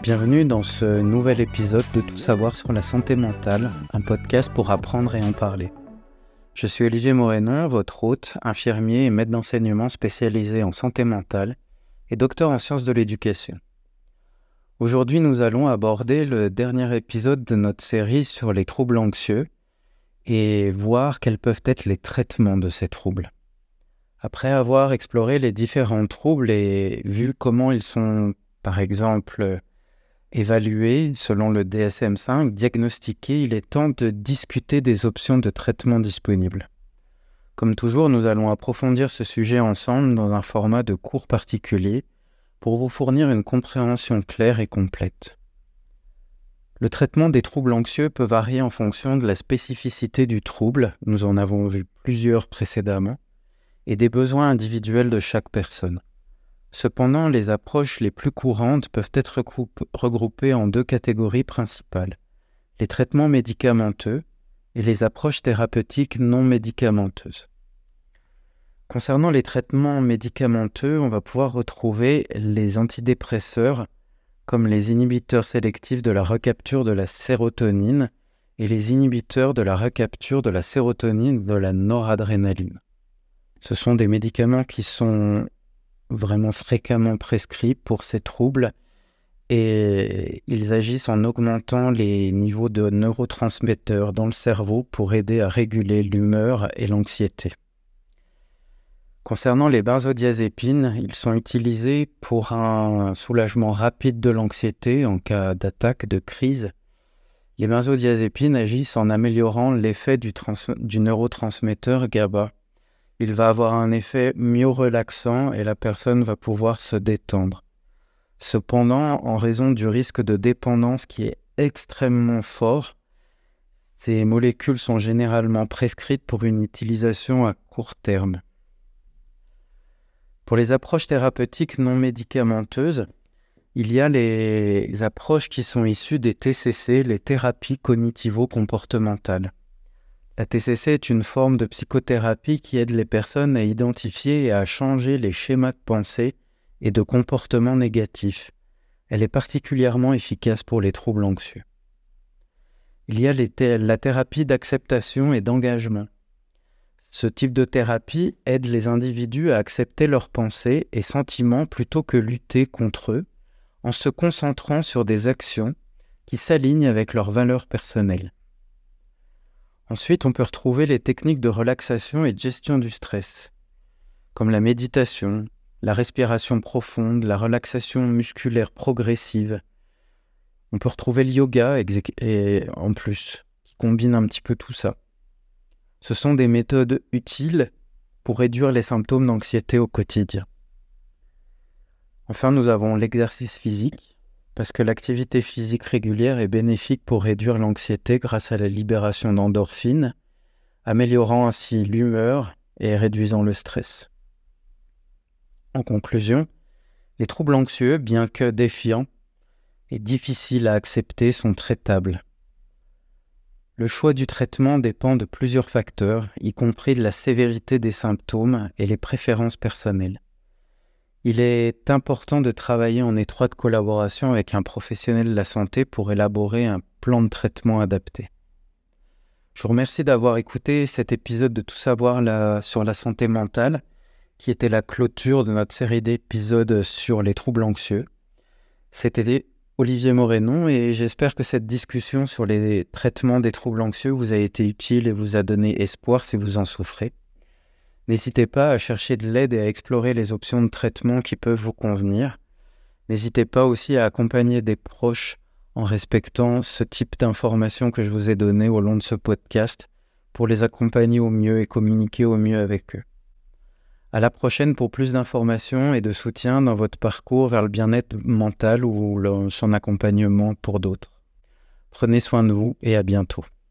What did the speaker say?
Bienvenue dans ce nouvel épisode de Tout savoir sur la santé mentale, un podcast pour apprendre et en parler. Je suis Olivier Morénon, votre hôte, infirmier et maître d'enseignement spécialisé en santé mentale et docteur en sciences de l'éducation. Aujourd'hui, nous allons aborder le dernier épisode de notre série sur les troubles anxieux et voir quels peuvent être les traitements de ces troubles. Après avoir exploré les différents troubles et vu comment ils sont, par exemple, évalués selon le DSM-5, diagnostiqués, il est temps de discuter des options de traitement disponibles. Comme toujours, nous allons approfondir ce sujet ensemble dans un format de cours particulier pour vous fournir une compréhension claire et complète. Le traitement des troubles anxieux peut varier en fonction de la spécificité du trouble, nous en avons vu plusieurs précédemment, et des besoins individuels de chaque personne. Cependant, les approches les plus courantes peuvent être regroupées en deux catégories principales, les traitements médicamenteux et les approches thérapeutiques non médicamenteuses. Concernant les traitements médicamenteux, on va pouvoir retrouver les antidépresseurs comme les inhibiteurs sélectifs de la recapture de la sérotonine et les inhibiteurs de la recapture de la sérotonine de la noradrénaline. Ce sont des médicaments qui sont vraiment fréquemment prescrits pour ces troubles et ils agissent en augmentant les niveaux de neurotransmetteurs dans le cerveau pour aider à réguler l'humeur et l'anxiété. Concernant les benzodiazépines, ils sont utilisés pour un soulagement rapide de l'anxiété en cas d'attaque, de crise. Les benzodiazépines agissent en améliorant l'effet du neurotransmetteur GABA. Il va avoir un effet mieux relaxant et la personne va pouvoir se détendre. Cependant, en raison du risque de dépendance qui est extrêmement fort, ces molécules sont généralement prescrites pour une utilisation à court terme. Pour les approches thérapeutiques non médicamenteuses, il y a les approches qui sont issues des TCC, les thérapies cognitivo-comportementales. La TCC est une forme de psychothérapie qui aide les personnes à identifier et à changer les schémas de pensée et de comportement négatifs. Elle est particulièrement efficace pour les troubles anxieux. Il y a la thérapie d'acceptation et d'engagement. Ce type de thérapie aide les individus à accepter leurs pensées et sentiments plutôt que lutter contre eux, en se concentrant sur des actions qui s'alignent avec leurs valeurs personnelles. Ensuite, on peut retrouver les techniques de relaxation et de gestion du stress, comme la méditation, la respiration profonde, la relaxation musculaire progressive. On peut retrouver le yoga en plus, qui combine un petit peu tout ça. Ce sont des méthodes utiles pour réduire les symptômes d'anxiété au quotidien. Enfin, nous avons l'exercice physique, parce que l'activité physique régulière est bénéfique pour réduire l'anxiété grâce à la libération d'endorphines, améliorant ainsi l'humeur et réduisant le stress. En conclusion, les troubles anxieux, bien que défiants et difficiles à accepter, sont traitables. Le choix du traitement dépend de plusieurs facteurs, y compris de la sévérité des symptômes et les préférences personnelles. Il est important de travailler en étroite collaboration avec un professionnel de la santé pour élaborer un plan de traitement adapté. Je vous remercie d'avoir écouté cet épisode de Tout savoir sur la santé mentale, qui était la clôture de notre série d'épisodes sur les troubles anxieux. C'était Olivier Morénon et j'espère que cette discussion sur les traitements des troubles anxieux vous a été utile et vous a donné espoir si vous en souffrez. N'hésitez pas à chercher de l'aide et à explorer les options de traitement qui peuvent vous convenir. N'hésitez pas aussi à accompagner des proches en respectant ce type d'informations que je vous ai données au long de ce podcast pour les accompagner au mieux et communiquer au mieux avec eux. À la prochaine pour plus d'informations et de soutien dans votre parcours vers le bien-être mental ou son accompagnement pour d'autres. Prenez soin de vous et à bientôt.